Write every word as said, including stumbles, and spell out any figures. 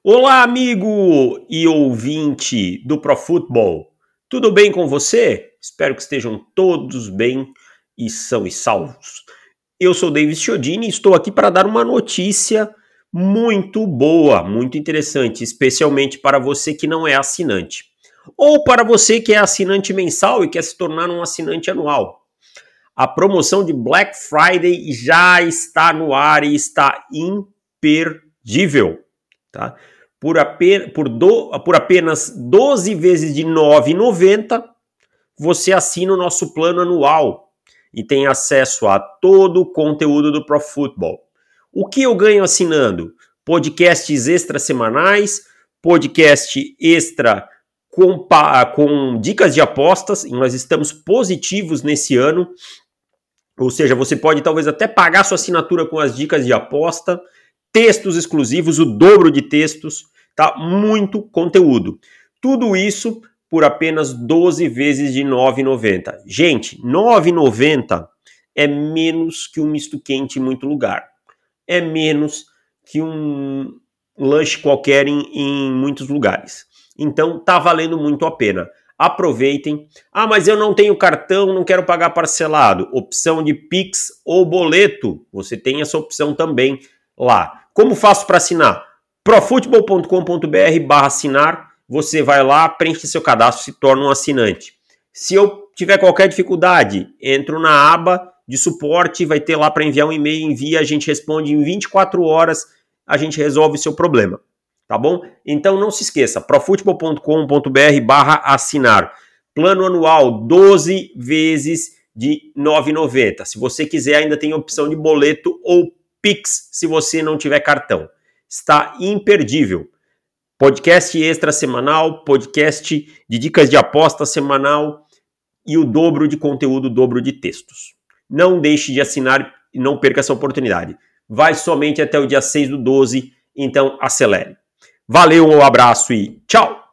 Olá, amigo e ouvinte do ProFootball. Tudo bem com você? Espero que estejam todos bem e são e salvos. Eu sou David Chiodini e estou aqui para dar uma notícia muito boa, muito interessante, especialmente para você que não é assinante. Ou para você que é assinante mensal e quer se tornar um assinante anual. A promoção de Black Friday já está no ar e está imperdível, tá? Por, apenas, por, do, por apenas doze vezes de nove reais e noventa centavos, você assina o nosso plano anual e tem acesso a todo o conteúdo do ProFootball. O que eu ganho assinando? Podcasts extra semanais, podcast extra com, com dicas de apostas, e nós estamos positivos nesse ano, ou seja, você pode talvez até pagar sua assinatura com as dicas de aposta, textos exclusivos, o dobro de textos, tá? Muito conteúdo. Tudo isso por apenas doze vezes de nove reais e noventa centavos. Gente, nove reais e noventa centavos é menos que um misto quente em muito lugar. É menos que um lanche qualquer em, em muitos lugares. Então, tá valendo muito a pena. Aproveitem. Ah, mas eu não tenho cartão, não quero pagar parcelado. Opção de Pix ou boleto. Você tem essa opção também lá. Como faço para assinar? profutbol ponto com ponto br barra assinar. Você vai lá, preenche seu cadastro, se torna um assinante. Se eu tiver qualquer dificuldade, entro na aba de suporte, vai ter lá para enviar um e-mail, envia, a gente responde em vinte e quatro horas, a gente resolve o seu problema. Tá bom? Então não se esqueça, profutbol ponto com ponto br barra assinar. Plano anual, doze vezes de nove reais e noventa centavos. Se você quiser, ainda tem opção de boleto ou Pix, se você não tiver cartão. Está imperdível. Podcast extra semanal, podcast de dicas de aposta semanal e o dobro de conteúdo, o dobro de textos. Não deixe de assinar e não perca essa oportunidade. Vai somente até o dia seis do doze, então acelere. Valeu, um abraço e tchau!